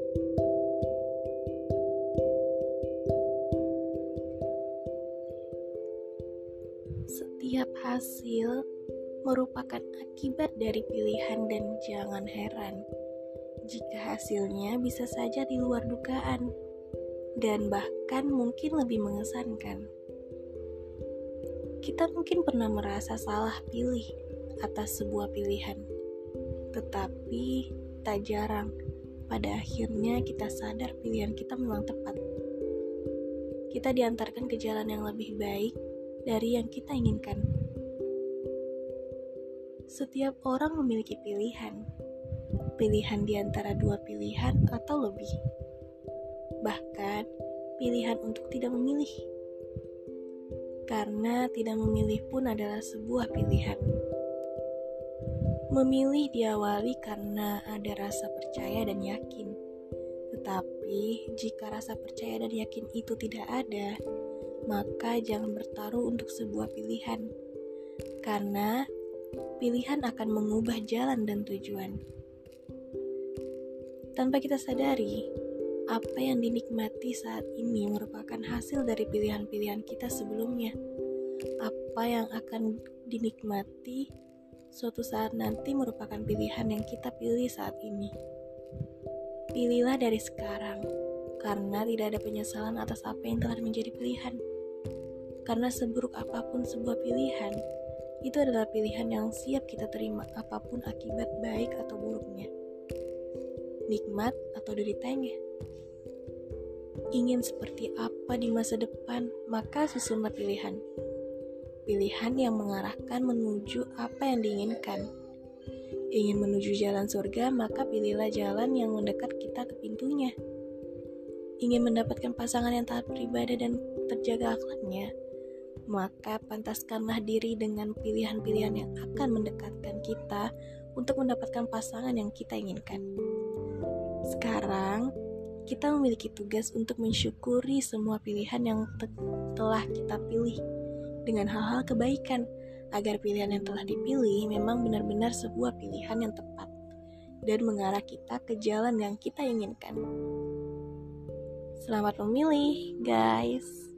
Setiap hasil merupakan akibat dari pilihan dan jangan heran jika hasilnya bisa saja di luar dugaan dan bahkan mungkin lebih mengesankan. Kita mungkin pernah merasa salah pilih atas sebuah pilihan, tetapi tak jarang pada akhirnya kita sadar pilihan kita memang tepat. Kita diantarkan ke jalan yang lebih baik dari yang kita inginkan. Setiap orang memiliki pilihan di antara dua pilihan atau lebih. Bahkan, pilihan untuk tidak memilih. Karena tidak memilih pun adalah sebuah pilihan. Memilih diawali karena ada rasa percaya dan yakin. Tetapi, jika rasa percaya dan yakin itu tidak ada, maka jangan bertaruh untuk sebuah pilihan. Karena pilihan akan mengubah jalan dan tujuan. Tanpa kita sadari, apa yang dinikmati saat ini merupakan hasil dari pilihan-pilihan kita sebelumnya. Apa yang akan dinikmati suatu saat nanti merupakan pilihan yang kita pilih saat ini. Pilihlah dari sekarang, karena tidak ada penyesalan atas apa yang telah menjadi pilihan. Karena seburuk apapun sebuah pilihan, itu adalah pilihan yang siap kita terima apapun akibat baik atau buruknya. Nikmat atau deritanya. Ingin seperti apa di masa depan, maka susunlah pilihan. Pilihan yang mengarahkan menuju apa yang diinginkan. Ingin menuju jalan surga, maka pilihlah jalan yang mendekat kita ke pintunya. Ingin mendapatkan pasangan yang taat beribadah dan terjaga akhlaknya, maka pantaskanlah diri dengan pilihan-pilihan yang akan mendekatkan kita untuk mendapatkan pasangan yang kita inginkan. Sekarang, kita memiliki tugas untuk mensyukuri semua pilihan yang telah kita pilih dengan hal-hal kebaikan, agar pilihan yang telah dipilih memang benar-benar sebuah pilihan yang tepat dan mengarah kita ke jalan yang kita inginkan. Selamat memilih, guys!